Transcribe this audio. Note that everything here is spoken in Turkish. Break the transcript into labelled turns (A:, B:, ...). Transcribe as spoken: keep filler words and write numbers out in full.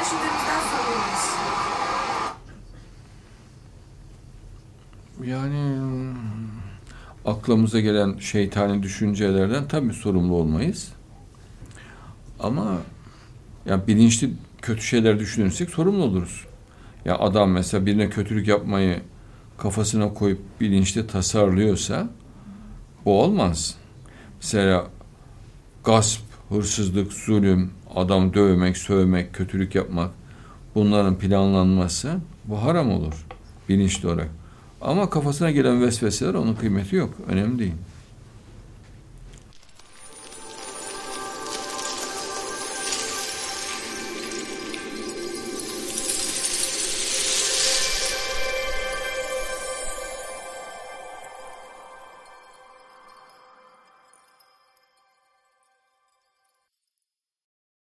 A: düşündüğümüzden sorumluyuz.
B: Yani aklımıza gelen şeytani düşüncelerden tabii sorumlu olmayız. Ama ya bilinçli kötü şeyler düşünürsek sorumlu oluruz. Ya adam mesela birine kötülük yapmayı kafasına koyup bilinçli tasarlıyorsa o olmaz. Mesela gasp, hırsızlık, zulüm, adam dövmek, sövmek, kötülük yapmak, bunların planlanması bu haram olur bilinçli olarak. Ama kafasına gelen vesveseler onun kıymeti yok. Önemli değil.